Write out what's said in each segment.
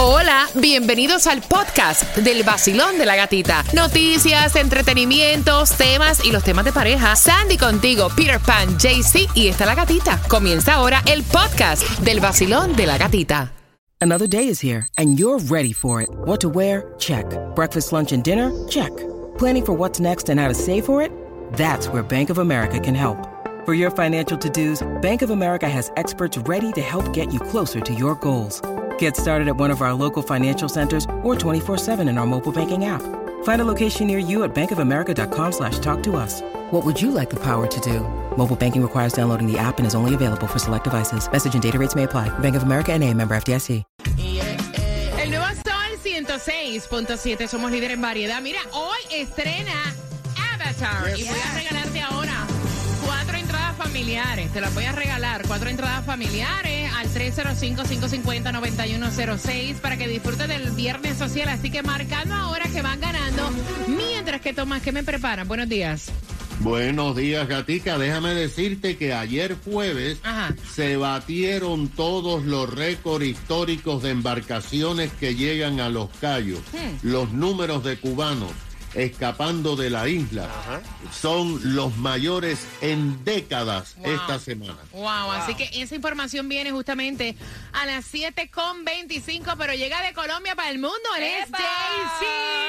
Hola, bienvenidos al podcast del Vacilón de la Gatita. Noticias, entretenimientos, temas y los temas de pareja. Sandy contigo, Peter Pan, JC y está la gatita. Comienza ahora el podcast del Vacilón de la Gatita. Another day is here and you're ready for it. What to wear? Check. Breakfast, lunch, and dinner? Check. Planning for what's next and how to save for it? That's where Bank of America can help. For your financial to-dos, Bank of America has experts ready to help get you closer to your goals. Get started at one of our local financial centers or 24/7 in our mobile banking app. Find a location near you at bankofamerica.com/talktous. What would you like the power to do? Mobile banking requires downloading the app and is only available for select devices. Message and data rates may apply. Bank of America N.A., member FDIC. El nuevo Sol 106.7, somos líderes en variedad. Mira, hoy estrena Avatar y voy a regalarte ahora 4 entradas familiares. Te las voy a regalar, 4 entradas familiares al 305-550-9106 para que disfrutes del viernes social. Así que marcando ahora que van ganando. Mientras que Tomás, ¿qué me preparan? Buenos días. Buenos días, Gatica. Déjame decirte que ayer jueves se batieron todos los récords históricos de embarcaciones que llegan a Los Cayos. Los números de cubanos escapando de la isla son los mayores en décadas esta semana. Wow, así que esa información viene justamente a las 7:25, pero llega de Colombia para el mundo. Él es JC.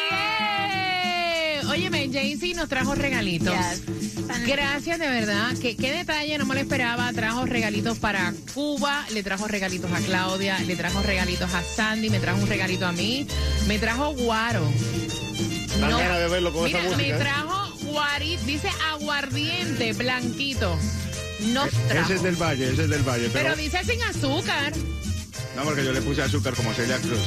Óyeme, JC nos trajo regalitos. Gracias, de verdad. ¿Qué detalle? No me lo esperaba. Trajo regalitos para Cuba, le trajo regalitos a Claudia, le trajo regalitos a Sandy, me trajo un regalito a mí, me trajo guaro. Dan ganas de verlo con mira, esa música. Me trajo dice aguardiente blanquito. Nos trajo. Ese es del Valle. Pero dice sin azúcar. No, porque yo le puse azúcar como Celia Cruz.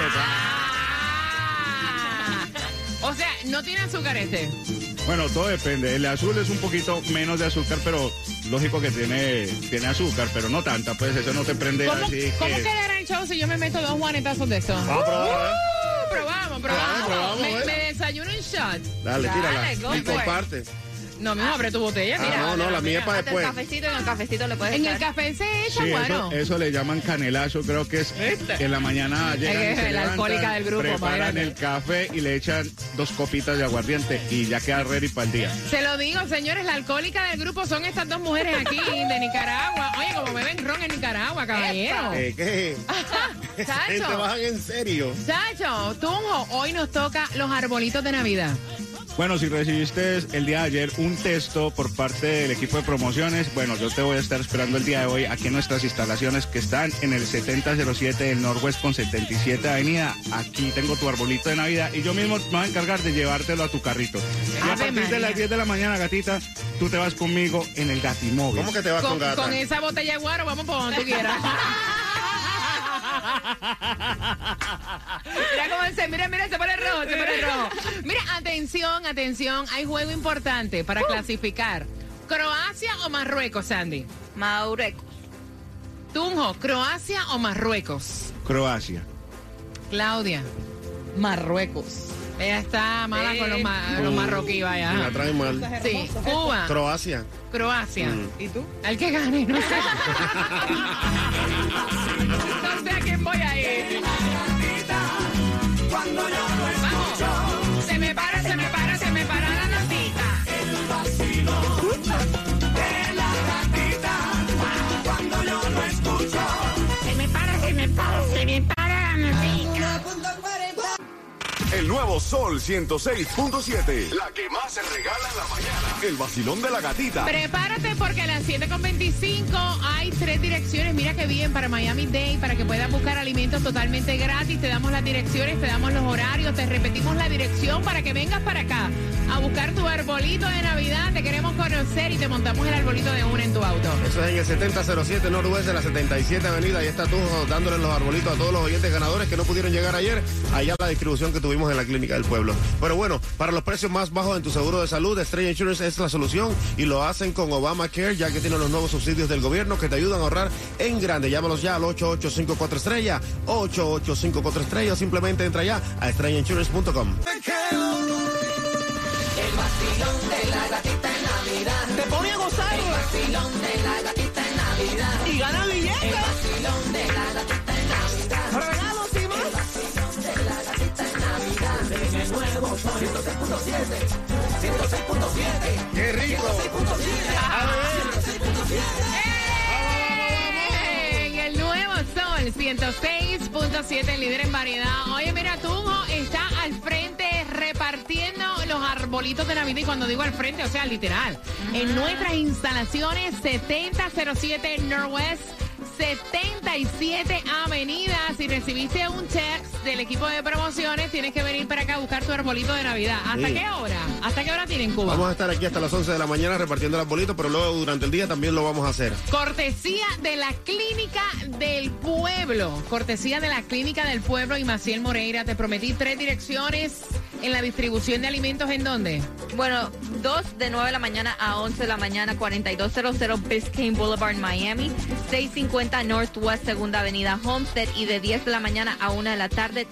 O sea, no tiene azúcar este. Bueno, todo depende. El azul es un poquito menos de azúcar, pero lógico que tiene azúcar, pero no tanta, pues eso no te prende así. ¿Cómo quedará el show si yo me meto 2 juanetazos de esto? Probamos. Me desayuno un shot. Dale, tírala. Y comparte. No, mijo, abre tu botella. Mira, no, la mía es para después. En el cafecito le puedes En echar. el café se echa, Sí, bueno. eso le llaman canelazo, creo que es que en la mañana llegan, Es se la alcohólica levantan, del grupo, preparan imagínate. el café y le echan 2 copitas de aguardiente y ya queda ready para el día. Se lo digo, señores, la alcohólica del grupo son estas 2 mujeres aquí de Nicaragua. Oye, como beben ron en Nicaragua, caballero. ¿Qué? Gente, bajan en serio. Chacho, Tunjo, hoy nos toca los arbolitos de Navidad. Bueno, si recibiste el día de ayer un texto por parte del equipo de promociones, bueno, yo te voy a estar esperando el día de hoy aquí en nuestras instalaciones que están en el 7007 del Northwest con 77 Avenida. Aquí tengo tu arbolito de Navidad y yo mismo me voy a encargar de llevártelo a tu carrito. Y a partir de las 10 de la mañana, gatita, tú te vas conmigo en el Gatimóvil. ¿Cómo que te vas con gata? Con esa botella de guaro vamos por donde tú quieras. Mira cómo se pone rojo. Mira, atención, hay juego importante para clasificar. ¿Croacia o Marruecos, Sandy? Marruecos. Tunjo, ¿Croacia o Marruecos? Croacia. Claudia. Marruecos. Ella está mala con los marroquíes, vaya. La traen mal. Sí, Cuba. Croacia. ¿Y tú? Al que gane, no sé. No sé a quién voy a ir. Vamos. Se me para la notita. El vacilón de la gatita. Cuando yo lo escucho. Se me para la notita. El nuevo Sol 106.7. La que más se regala en la mañana. El vacilón de la gatita. Prepárate porque a las 7:25 hay 3 direcciones. Mira qué bien para Miami-Dade, para que puedas buscar alimentos totalmente gratis. Te damos las direcciones, te damos los horarios, te repetimos la dirección para que vengas para acá a buscar tu arbolito de Navidad. Te queremos conocer y te montamos el arbolito de una en tu auto. Eso es en el 7007 Northwest de la 77 Avenida. Ahí está tú dándole los arbolitos a todos los oyentes ganadores que no pudieron llegar ayer. Allá la distribución que tuvimos en la clínica del pueblo. Pero bueno, para los precios más bajos en tu seguro de salud, Estrella Insurance es la solución y lo hacen con Obamacare, ya que tienen los nuevos subsidios del gobierno que te ayudan a ahorrar en grande. Llámalos ya al 8854-ESTRELLA, 8854-ESTRELLA, o simplemente entra ya a estrellainsurance.com. El vacilón de la gatita en Navidad. Te pone a gozar. El vacilón de la gatita en Navidad. Y gana billetes. El vacilón de la gatita en Navidad. Regalos y más. ¡Qué rico! En el nuevo Sol 106.7, el líder en variedad. Oye, mira, Tunjo está al frente repartiendo los arbolitos de Navidad. Y cuando digo al frente, o sea, literal. En nuestras instalaciones 7007 Northwest 77 Avenida. Si recibiste un text del equipo de promociones, tienes que venir para acá a buscar tu arbolito de Navidad. ¿Hasta Sí. qué hora? ¿Hasta qué hora tienen, Cuba? Vamos a estar aquí hasta las 11 de la mañana repartiendo el arbolito, pero luego durante el día también lo vamos a hacer. Cortesía de la Clínica del Pueblo. Cortesía de la Clínica del Pueblo y Maciel Moreira. Te prometí 3 direcciones en la distribución de alimentos. ¿En dónde? Bueno, 2 de 9 de la mañana a 11 de la mañana, 4200 Biscayne Boulevard, Miami, 650 Northwest Segunda Avenida, Homestead, y de 10 de la mañana a 1 de la tarde,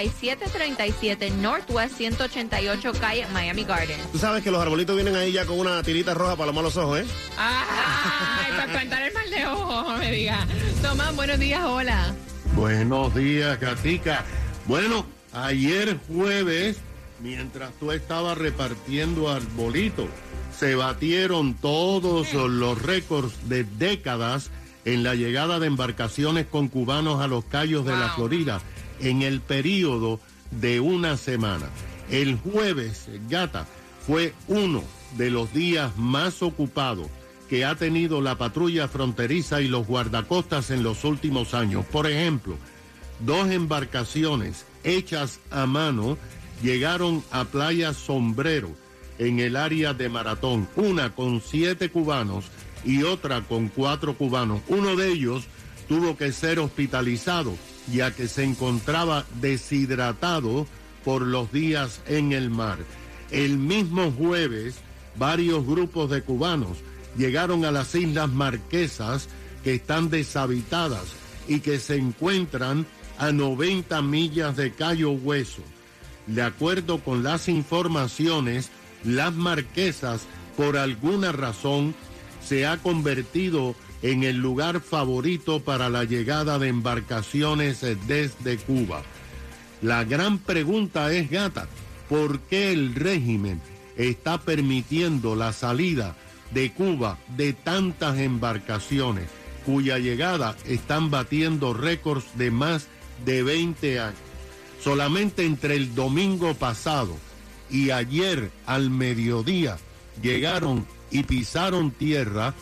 3737 Northwest 188 Calle, Miami Gardens. Tú sabes que los arbolitos vienen ahí ya con una tirita roja para los malos ojos, ¿eh? Ay, para espantar el mal de ojo, no me digas. Tomás, buenos días, hola. Buenos días, Gatica. Bueno, ayer jueves, mientras tú estabas repartiendo arbolitos, se batieron todos los récords de décadas en la llegada de embarcaciones con cubanos a los Cayos de la Florida en el periodo de una semana. El jueves, Gata, fue uno de los días más ocupados que ha tenido la patrulla fronteriza y los guardacostas en los últimos años. Por ejemplo, 2 embarcaciones hechas a mano llegaron a Playa Sombrero en el área de Maratón, una con 7 cubanos y otra con 4 cubanos. Uno de ellos tuvo que ser hospitalizado ya que se encontraba deshidratado por los días en el mar. El mismo jueves, varios grupos de cubanos llegaron a las Islas Marquesas, que están deshabitadas y que se encuentran a 90 millas de Cayo Hueso. De acuerdo con las informaciones, las Marquesas, por alguna razón, se ha convertido en el lugar favorito para la llegada de embarcaciones desde Cuba. La gran pregunta es, Gata, ¿por qué el régimen está permitiendo la salida de Cuba de tantas embarcaciones cuya llegada están batiendo récords de más de 20 años? Solamente entre el domingo pasado y ayer al mediodía llegaron y pisaron tierra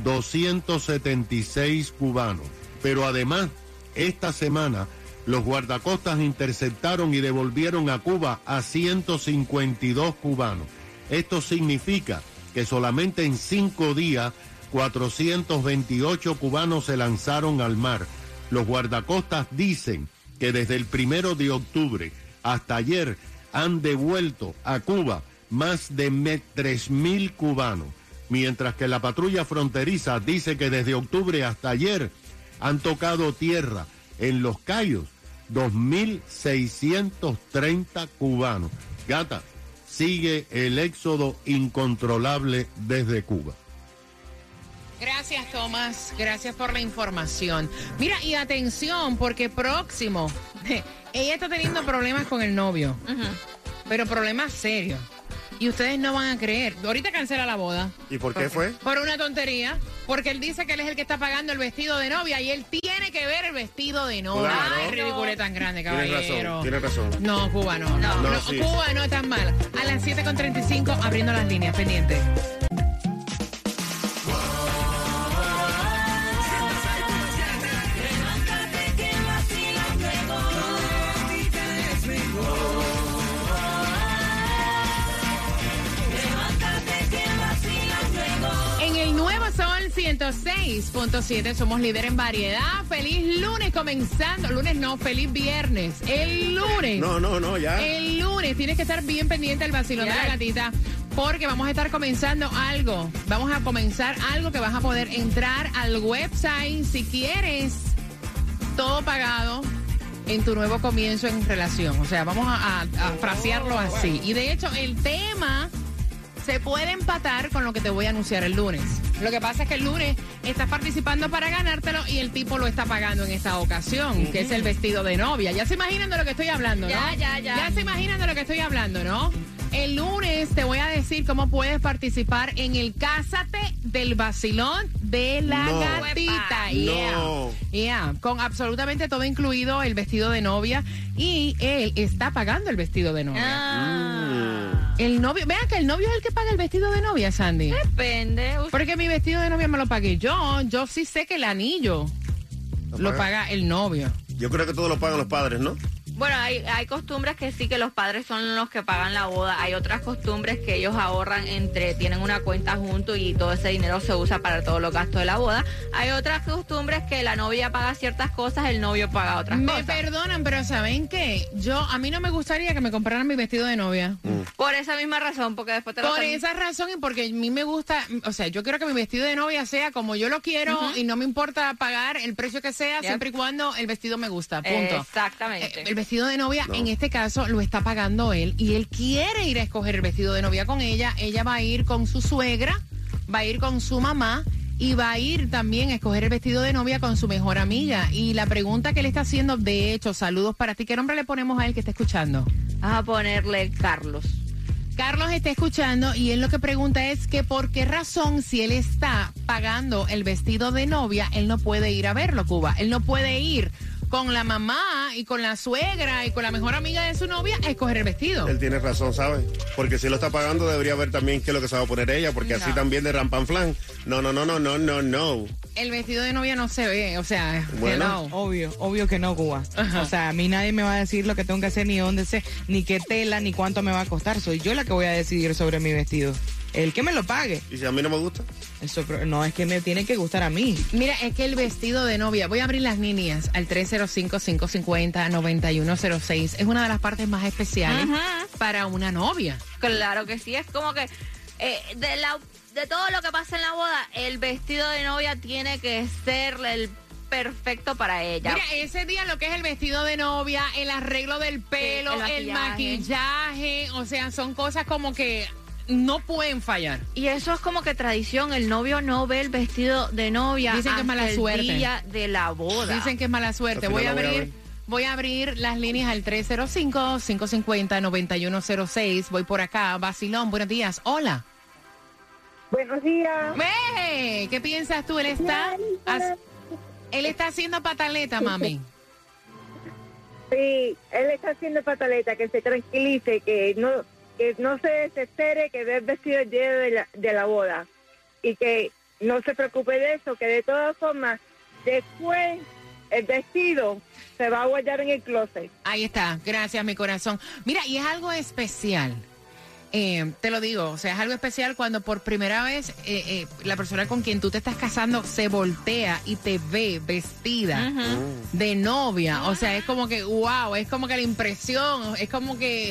276 cubanos. Pero además, esta semana, los guardacostas interceptaron y devolvieron a Cuba a 152 cubanos. Esto significa que solamente en 5 días, 428 cubanos se lanzaron al mar. Los guardacostas dicen que desde el 1 de octubre hasta ayer han devuelto a Cuba más de 3.000 cubanos, mientras que la patrulla fronteriza dice que desde octubre hasta ayer han tocado tierra en los Cayos 2.630 cubanos. Gata, sigue el éxodo incontrolable desde Cuba. Gracias, Tomás. Gracias por la información. Mira, y atención, porque próximo, ella está teniendo problemas con el novio, pero problemas serios. Y ustedes no van a creer. Ahorita cancela la boda. ¿Y por qué fue? Por una tontería. Porque él dice que él es el que está pagando el vestido de novia y él tiene que ver el vestido de novia. Claro. Ay, ridículo tan grande, caballero. Tienes razón. No, Cuba no. No, sí. Cuba no es tan mal. A las 7:35 abriendo las líneas, pendiente. En el nuevo Sol 106.7 somos líder en variedad. Feliz lunes comenzando. Lunes no, feliz viernes. El lunes. No, ya. El lunes tienes que estar bien pendiente del vacilón de la gatita, porque vamos a estar comenzando algo. Vamos a comenzar algo que vas a poder entrar al website si quieres. Todo pagado en tu nuevo comienzo en relación. O sea, vamos a frasearlo así. Y de hecho, el tema se puede empatar con lo que te voy a anunciar el lunes. Lo que pasa es que el lunes estás participando para ganártelo y el tipo lo está pagando en esta ocasión, que es el vestido de novia. Ya se imaginan de lo que estoy hablando, ¿no? Ya. Ya se imaginan de lo que estoy hablando, ¿no? el lunes te voy a decir cómo puedes participar en el Cásate del Vacilón de la Gatita. Yeah, con absolutamente todo incluido, el vestido de novia, y él está pagando el vestido de novia. El novio, vean que el novio es el que paga el vestido de novia, Sandy. Depende. Porque mi vestido de novia me lo pagué yo sí sé que el anillo lo paga el novio. Yo creo que todos lo pagan los padres, ¿no? Bueno, hay costumbres que sí, que los padres son los que pagan la boda. Hay otras costumbres que ellos ahorran tienen una cuenta juntos y todo ese dinero se usa para todos los gastos de la boda. Hay otras costumbres que la novia paga ciertas cosas, el novio paga otras cosas. Me perdonan, pero ¿saben qué? A mí no me gustaría que me compraran mi vestido de novia. Por esa misma razón, porque después Por esa razón y porque a mí me gusta, o sea, yo quiero que mi vestido de novia sea como yo lo quiero y no me importa pagar el precio que sea, siempre y cuando el vestido me gusta, punto. Exactamente. El vestido de novia, en este caso, lo está pagando él y él quiere ir a escoger el vestido de novia con ella. Ella va a ir con su suegra, va a ir con su mamá y va a ir también a escoger el vestido de novia con su mejor amiga. Y la pregunta que él está haciendo, de hecho, saludos para ti. ¿Qué nombre le ponemos a él que está escuchando? Vas a ponerle Carlos. Carlos está escuchando y él lo que pregunta es que por qué razón, si él está pagando el vestido de novia, él no puede ir a verlo, Cuba. Él no puede ir con la mamá y con la suegra y con la mejor amiga de su novia a escoger el vestido. Él tiene razón, ¿sabes? Porque si lo está pagando debería ver también qué es lo que se va a poner ella, porque así también de rampanflan. No. El vestido de novia no se ve, o sea, bueno. Obvio que no, Cuba. Ajá. O sea, a mí nadie me va a decir lo que tengo que hacer, ni dónde sé, ni qué tela, ni cuánto me va a costar. Soy yo la que voy a decidir sobre mi vestido. El que me lo pague. ¿Y si a mí no me gusta? Eso no, es que me tiene que gustar a mí. Mira, es que el vestido de novia, voy a abrir las líneas al 305-550-9106. Es una de las partes más especiales para una novia. Claro que sí, es como que de todo lo que pasa en la boda, el vestido de novia tiene que ser el perfecto para ella. Mira, ese día lo que es el vestido de novia, el arreglo del pelo, el maquillaje, o sea, son cosas como que no pueden fallar. Y eso es como que tradición. El novio no ve el vestido de novia. Dicen que es mala suerte. El día de la boda. Dicen que es mala suerte. Voy a abrir las líneas al 305-550-9106. Voy por acá. Vacilón, buenos días. Hola. Buenos días. ¿Qué piensas tú? Él está haciendo pataleta, mami. Sí, él está haciendo pataleta, que se tranquilice, que no se desespere, que ve el vestido el día de la boda y que no se preocupe de eso, que de todas formas después el vestido se va a guardar en el closet. Ahí está, gracias mi corazón. Mira, y es algo especial, te lo digo, o sea, es algo especial cuando por primera vez la persona con quien tú te estás casando se voltea y te ve vestida de novia. O sea, es como que, wow, es como que la impresión, es como que...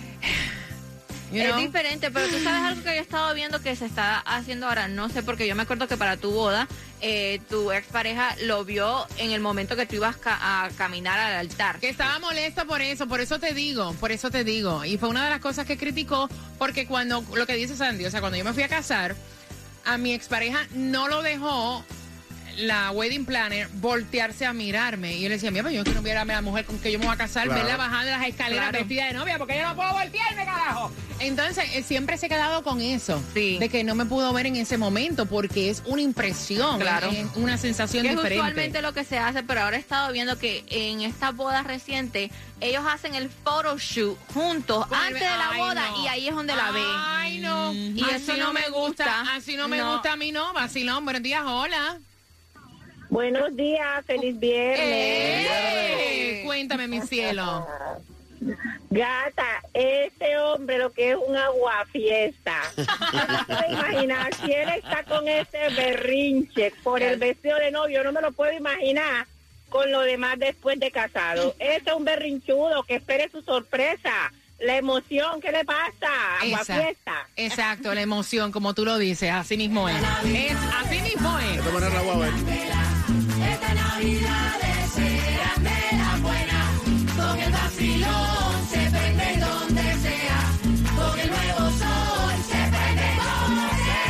Es diferente, pero tú sabes algo que yo he estado viendo que se está haciendo ahora, no sé, porque yo me acuerdo que para tu boda, tu expareja lo vio en el momento que tú ibas a caminar al altar. Que estaba molesto por eso te digo. Y fue una de las cosas que criticó, porque cuando, lo que dice Sandy, o sea, cuando yo me fui a casar, a mi expareja no lo dejó la wedding planner voltearse a mirarme. Y yo le decía, mira, pues yo quiero mirarme a la mujer con que yo me voy a casar, verla bajando las escaleras vestida de novia, porque yo no puedo voltearme, carajo. Entonces, siempre se ha quedado con eso, de que no me pudo ver en ese momento, porque es una impresión, es una sensación diferente. Es usualmente lo que se hace, pero ahora he estado viendo que en estas bodas recientes, ellos hacen el photoshoot juntos antes de la boda, y ahí es donde la ven. Ay, no. Y así no me gusta. Así no me gusta a mí, no. Vacilón, buenos días, hola. Buenos días, feliz viernes. Cuéntame, mi cielo. Gata, este hombre lo que es un aguafiesta. No me puedo imaginar si él está con ese berrinche por el vestido de novio, no me lo puedo imaginar con lo demás después de casado. Este es un berrinchudo, que espere su sorpresa. La emoción, ¿qué le pasa? Aguafiesta. Exacto, la emoción, como tú lo dices, así mismo es. Así mismo es. De manera guava. Esta Navidad será de la buena, con el vacilón se prende donde sea, con el nuevo sol se prende donde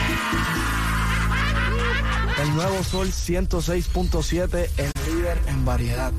sea. El nuevo Sol 106.7, el líder en variedad.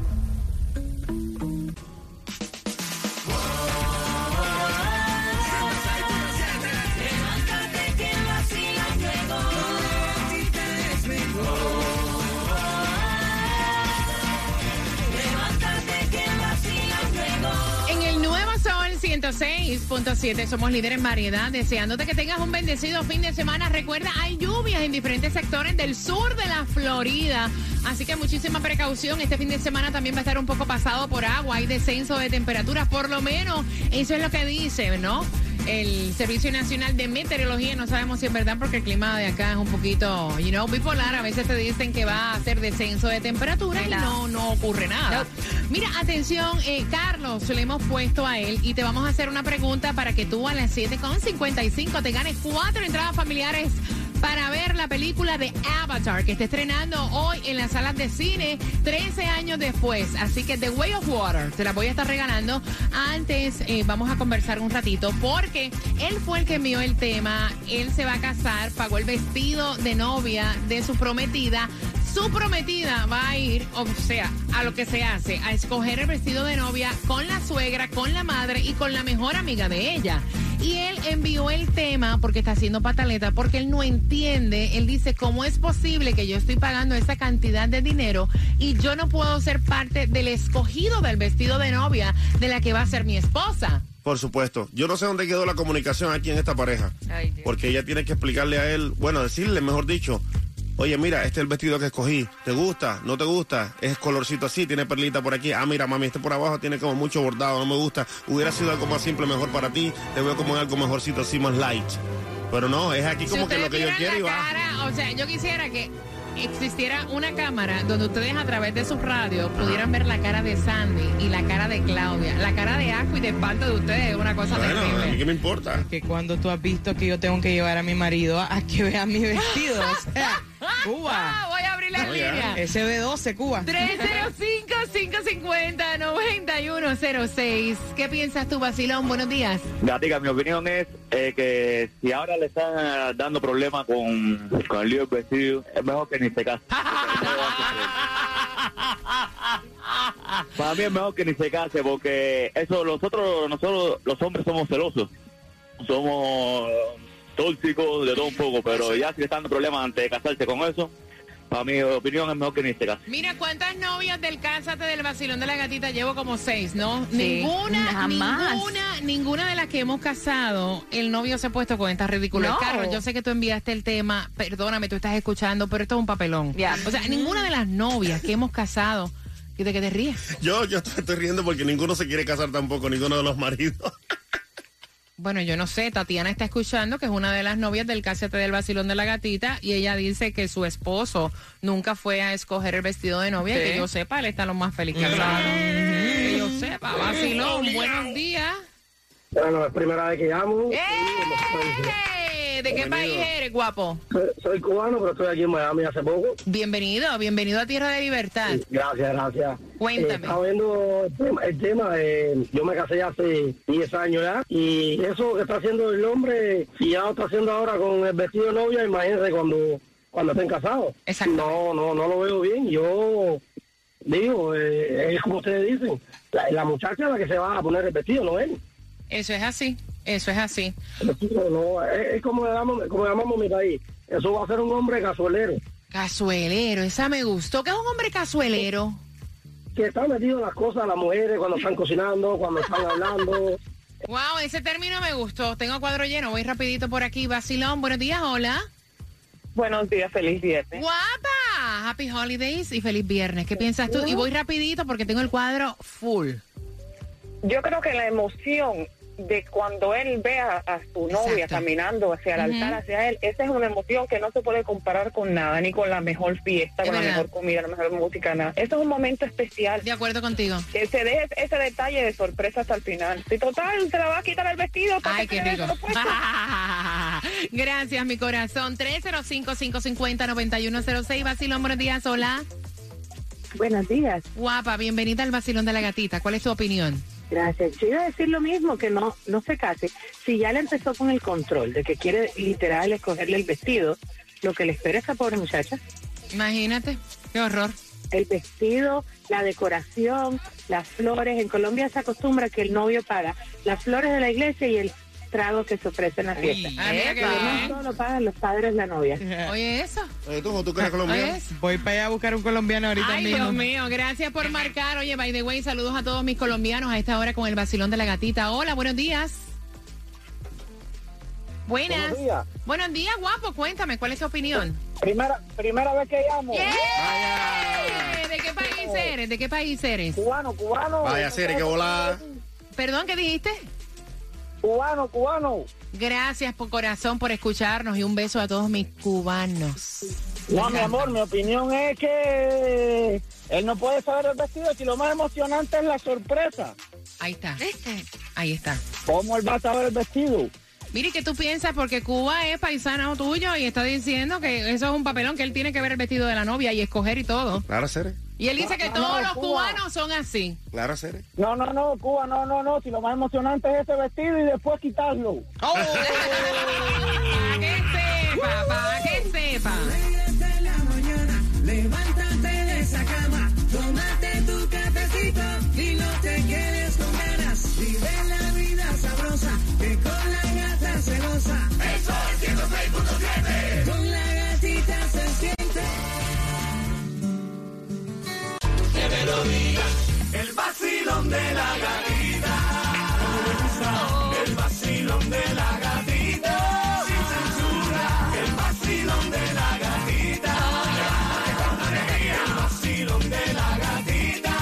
106.7, somos líderes en variedad, deseándote que tengas un bendecido fin de semana. Recuerda, hay lluvias en diferentes sectores del sur de la Florida, así que muchísima precaución. Este fin de semana también va a estar un poco pasado por agua, hay descenso de temperaturas, por lo menos eso es lo que dice, ¿no? El Servicio Nacional de Meteorología. No sabemos si es verdad porque el clima de acá es un poquito, bipolar. A veces te dicen que va a hacer descenso de temperatura y no ocurre nada. Mira, atención, Carlos, le hemos puesto a él y te vamos a hacer una pregunta para que tú a las 7:55 te ganes 4 entradas familiares para ver la película de Avatar, que está estrenando hoy en las salas de cine 13 años después. Así que The Way of Water te la voy a estar regalando. Antes vamos a conversar un ratito porque él fue el que envió el tema. Él se va a casar, pagó el vestido de novia de su prometida. Su prometida va a ir, o sea, a lo que se hace, a escoger el vestido de novia con la suegra, con la madre y con la mejor amiga de ella. Y él envió el tema porque está haciendo pataleta, porque él no entiende. Él dice, ¿cómo es posible que yo estoy pagando esa cantidad de dinero y yo no puedo ser parte del escogido del vestido de novia de la que va a ser mi esposa? Por supuesto. Yo no sé dónde quedó la comunicación aquí en esta pareja. Ay, Dios. Porque ella tiene que explicarle a él, decirle, mejor dicho, oye, mira, este es el vestido que escogí. ¿Te gusta? ¿No te gusta? Es colorcito así, tiene perlita por aquí. Ah, mira, mami, este por abajo tiene como mucho bordado, no me gusta. Hubiera sido algo más simple, mejor para ti. Te veo como algo mejorcito así, más light. Pero no, es aquí como que lo que yo quiero y va. O sea, yo quisiera que existiera una cámara donde ustedes a través de sus radios pudieran ver la cara de Sandy y la cara de Claudia. La cara de asco y de espanto de ustedes es una cosa Bueno, terrible. a mí qué me importa. Que cuando tú has visto que yo tengo que llevar a mi marido a que vea mi vestido, o sea, Cuba. Voy a abrir las líneas. SB12, Cuba. 305-550-9106. ¿Qué piensas tú, Vacilón? Buenos días. Gatica, mi opinión es que si ahora le están dando problemas con el lío del vestido, es mejor que ni se case. Para mí es mejor que ni se case, porque eso nosotros los hombres somos celosos, somos tóxicos de todo un poco, pero ya si le están dando problemas antes de casarse con eso, para mi opinión es mejor que ni se case. Mira, ¿cuántas novias del Cásate del Vacilón de la Gatita? Llevo como 6, ¿no? Sí, jamás. Ninguna de las que hemos casado, el novio se ha puesto con esta ridícula. No. Carlos, yo sé que tú enviaste el tema, perdóname, tú estás escuchando, pero esto es un papelón. O sea, ninguna de las novias que hemos casado, ¿de qué te ríes? Yo estoy riendo porque ninguno se quiere casar tampoco, ninguno de los maridos. Bueno, yo no sé, Tatiana está escuchando, que es una de las novias del Cásate del Vacilón de la Gatita, y ella dice que su esposo nunca fue a escoger el vestido de novia, y que yo sepa, él está lo más feliz que claro. Que yo sepa, Vacilón, buenos días. Bueno, es primera vez que llamo. ¿De qué país eres, guapo? Soy cubano, pero estoy aquí en Miami hace poco. Bienvenido a Tierra de Libertad. Gracias. Cuéntame. Estaba viendo el tema yo me casé hace 10 años ya, y eso que está haciendo el hombre, si ya lo está haciendo ahora con el vestido de novia, imagínense cuando estén casados. Exacto. No lo veo bien. Yo digo, es como ustedes dicen, la muchacha es la que se va a poner el vestido, no él. Eso es así. No, es como llamamos mi país. Eso va a ser un hombre cazuelero. Cazuelero, esa me gustó. ¿Qué es un hombre cazuelero? Que está metido en las cosas, las mujeres, cuando están cocinando, cuando están hablando. Wow, ese término me gustó. Tengo cuadro lleno, voy rapidito por aquí. Vacilón, buenos días, hola. Buenos días, feliz viernes. Guapa, happy holidays y feliz viernes. ¿Qué piensas tú? Y voy rapidito porque tengo el cuadro full. Yo creo que la emoción de cuando él ve a su novia caminando hacia el altar, hacia él, esa es una emoción que no se puede comparar con nada, ni con la mejor fiesta, con la mejor comida, la mejor música, nada. Eso es un momento especial. De acuerdo contigo. Que se deje ese detalle de sorpresa hasta el final. Si total, se la va a quitar el vestido. Ay, qué rico. Gracias, mi corazón. 305-550-9106. Vacilón, buenos días, hola. Buenos días. Guapa, bienvenida al Vacilón de la Gatita. ¿Cuál es tu opinión? Gracias. Yo iba a decir lo mismo, que no se case. Si ya le empezó con el control de que quiere literal escogerle el vestido, lo que le espera a esa pobre muchacha. Imagínate, qué horror. El vestido, la decoración, las flores. En Colombia se acostumbra que el novio paga las flores de la iglesia y el tragos que se ofrecen en la fiesta. mira qué bien. No solo pagan los padres la novia. Oye, eso. Oye, ¿tú crees colombiano? Voy para allá a buscar un colombiano ahorita Ay, mismo. Dios mío, gracias por marcar. Oye, by the way, saludos a todos mis colombianos a esta hora con el vacilón de la gatita. Hola, buenos días. Buenas. Buenos días. Buenos días, guapo. Cuéntame, ¿cuál es tu opinión? Primera vez que llamo. Yeah. ¿De qué país eres? ¿De qué país eres? Cubano. Vaya, Sere, que volada. Perdón, ¿qué dijiste? Cubano. Gracias por corazón por escucharnos y un beso a todos mis cubanos. No, mi amor, mi opinión es que él no puede saber el vestido, si lo más emocionante es la sorpresa. Ahí está. Ahí está. ¿Cómo él va a saber el vestido? Mire, ¿qué tú piensas? Porque Cuba es paisano tuyo y está diciendo que eso es un papelón, que él tiene que ver el vestido de la novia y escoger y todo. Claro, Sere. Y él dice que todos los cubanos son así. Claro, Sere. No, Cuba, no. Si lo más emocionante es ese vestido y después quitarlo. Oh. Para que sepa. Levántate de esa cama, tómate tu cafecito y no te quedes con ganas. Vive la vida sabrosa, que con la gata se goza. El Sol 106.7. Con la gatita se siente. Que me lo digan. El vacilón de la gatita. El vacilón de la gatita. Sin censura. El vacilón de la gatita. El vacilón de la gatita.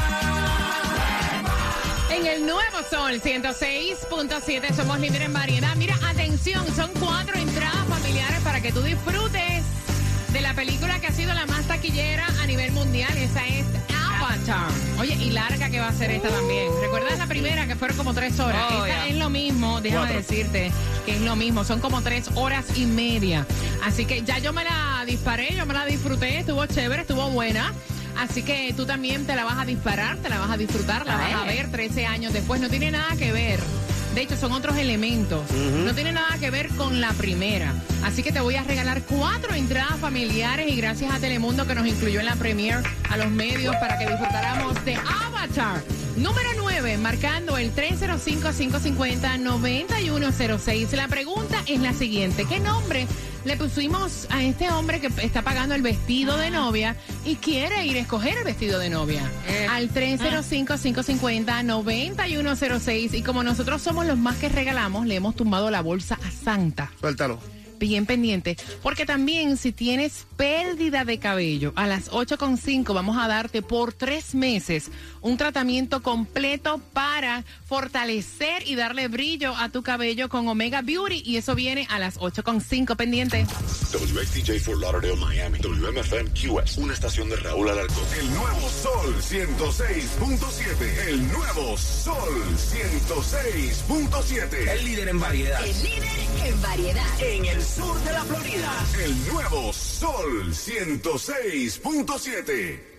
En el nuevo Sol 106.7 somos líderes en variedad. Mira, atención, son 4 entradas familiares para que tú disfrutes de la película que ha sido la más taquillera a nivel mundial. Esa es Avatar. Oye, y larga que va a ser esta también. ¿Recuerdas la primera que fueron como 3 horas? Esta es lo mismo, déjame decirte que es lo mismo. Son como 3 horas y media. Así que ya yo me la disparé, yo me la disfruté, estuvo chévere, estuvo buena. Así que tú también te la vas a disparar, te la vas a disfrutar, la vas a ver 13 años después. No tiene nada que ver. De hecho, son otros elementos. No tiene nada que ver con la primera. Así que te voy a regalar 4 entradas familiares y gracias a Telemundo que nos incluyó en la premiere a los medios para que disfrutáramos de Avatar. Número 9, marcando el 305-550-9106. La pregunta es la siguiente. ¿Qué nombre le pusimos a este hombre que está pagando el vestido de novia y quiere ir a escoger el vestido de novia? Al 305-550-9106. Y como nosotros somos los más que regalamos, le hemos tumbado la bolsa a Santa. Suéltalo. Bien pendiente, porque también si tienes pérdida de cabello, a las 8:05 vamos a darte por 3 meses un tratamiento completo para fortalecer y darle brillo a tu cabello con Omega Beauty, y eso viene a las 8:05, pendiente. WXTJ Fort Lauderdale, Miami. WMFM QS, una estación de Raúl Alarcón. El nuevo Sol 106.7. El nuevo Sol 106.7. El líder en variedad. El líder en variedad. En el sur de la Florida. El nuevo Sol 106.7.